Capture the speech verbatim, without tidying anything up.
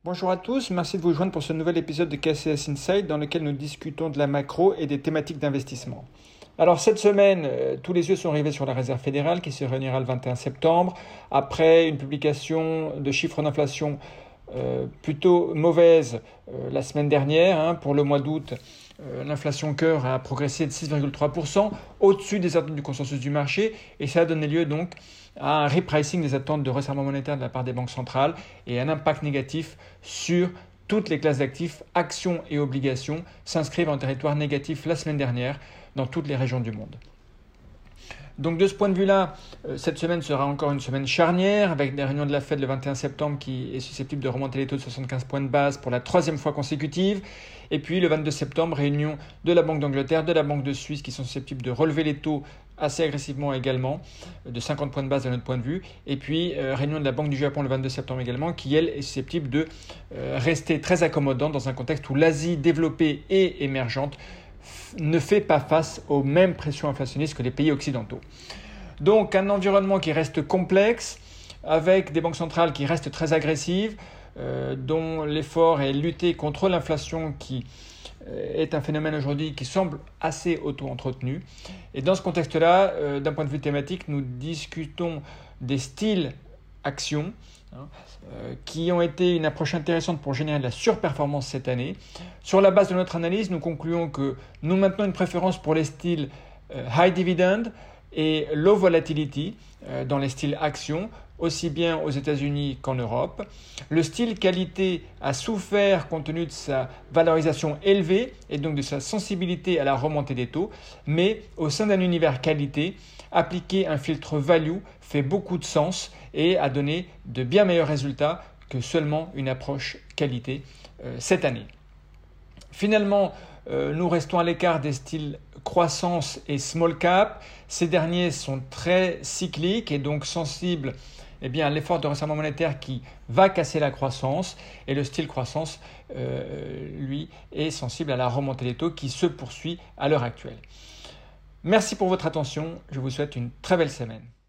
Bonjour à tous, merci de vous joindre pour ce nouvel épisode de K C S Insight dans lequel nous discutons de la macro et des thématiques d'investissement. Alors cette semaine, euh, tous les yeux sont rivés sur la Réserve fédérale qui se réunira le vingt et un septembre après une publication de chiffres d'inflation euh, plutôt mauvaise euh, la semaine dernière. Hein, pour le mois d'août, euh, l'inflation cœur a progressé de six virgule trois pour cent au-dessus des attentes du consensus du marché et ça a donné lieu donc à un repricing des attentes de resserrement monétaire de la part des banques centrales et un impact négatif sur toutes les classes d'actifs, actions et obligations s'inscrivent en territoire négatif la semaine dernière dans toutes les régions du monde. Donc de ce point de vue-là, cette semaine sera encore une semaine charnière avec des réunions de la Fed le vingt et un septembre qui est susceptible de remonter les taux de soixante-quinze points de base pour la troisième fois consécutive. Et puis le vingt-deux septembre, réunion de la Banque d'Angleterre, de la Banque de Suisse qui sont susceptibles de relever les taux assez agressivement également, de cinquante points de base de notre point de vue. Et puis euh, réunion de la Banque du Japon le vingt-deux septembre également qui, elle, est susceptible de euh, rester très accommodante dans un contexte où l'Asie développée et émergente ne fait pas face aux mêmes pressions inflationnistes que les pays occidentaux. Donc un environnement qui reste complexe, avec des banques centrales qui restent très agressives, euh, dont l'effort est lutter contre l'inflation qui euh, est un phénomène aujourd'hui qui semble assez auto-entretenu. Et dans ce contexte-là, euh, d'un point de vue thématique, nous discutons des styles actions, hein, euh, qui ont été une approche intéressante pour générer de la surperformance cette année. Sur la base de notre analyse, nous concluons que nous maintenons une préférence pour les styles euh, high dividend et low volatility euh, dans les styles actions, aussi bien aux États-Unis qu'en Europe. Le style qualité a souffert compte tenu de sa valorisation élevée et donc de sa sensibilité à la remontée des taux, mais au sein d'un univers qualité, appliquer un filtre value fait beaucoup de sens et a donné de bien meilleurs résultats que seulement une approche qualité euh, cette année. Finalement, euh, nous restons à l'écart des styles croissance et small cap. Ces derniers sont très cycliques et donc sensibles eh bien, à l'effort de resserrement monétaire qui va casser la croissance. Et le style croissance, euh, lui, est sensible à la remontée des taux qui se poursuit à l'heure actuelle. Merci pour votre attention. Je vous souhaite une très belle semaine.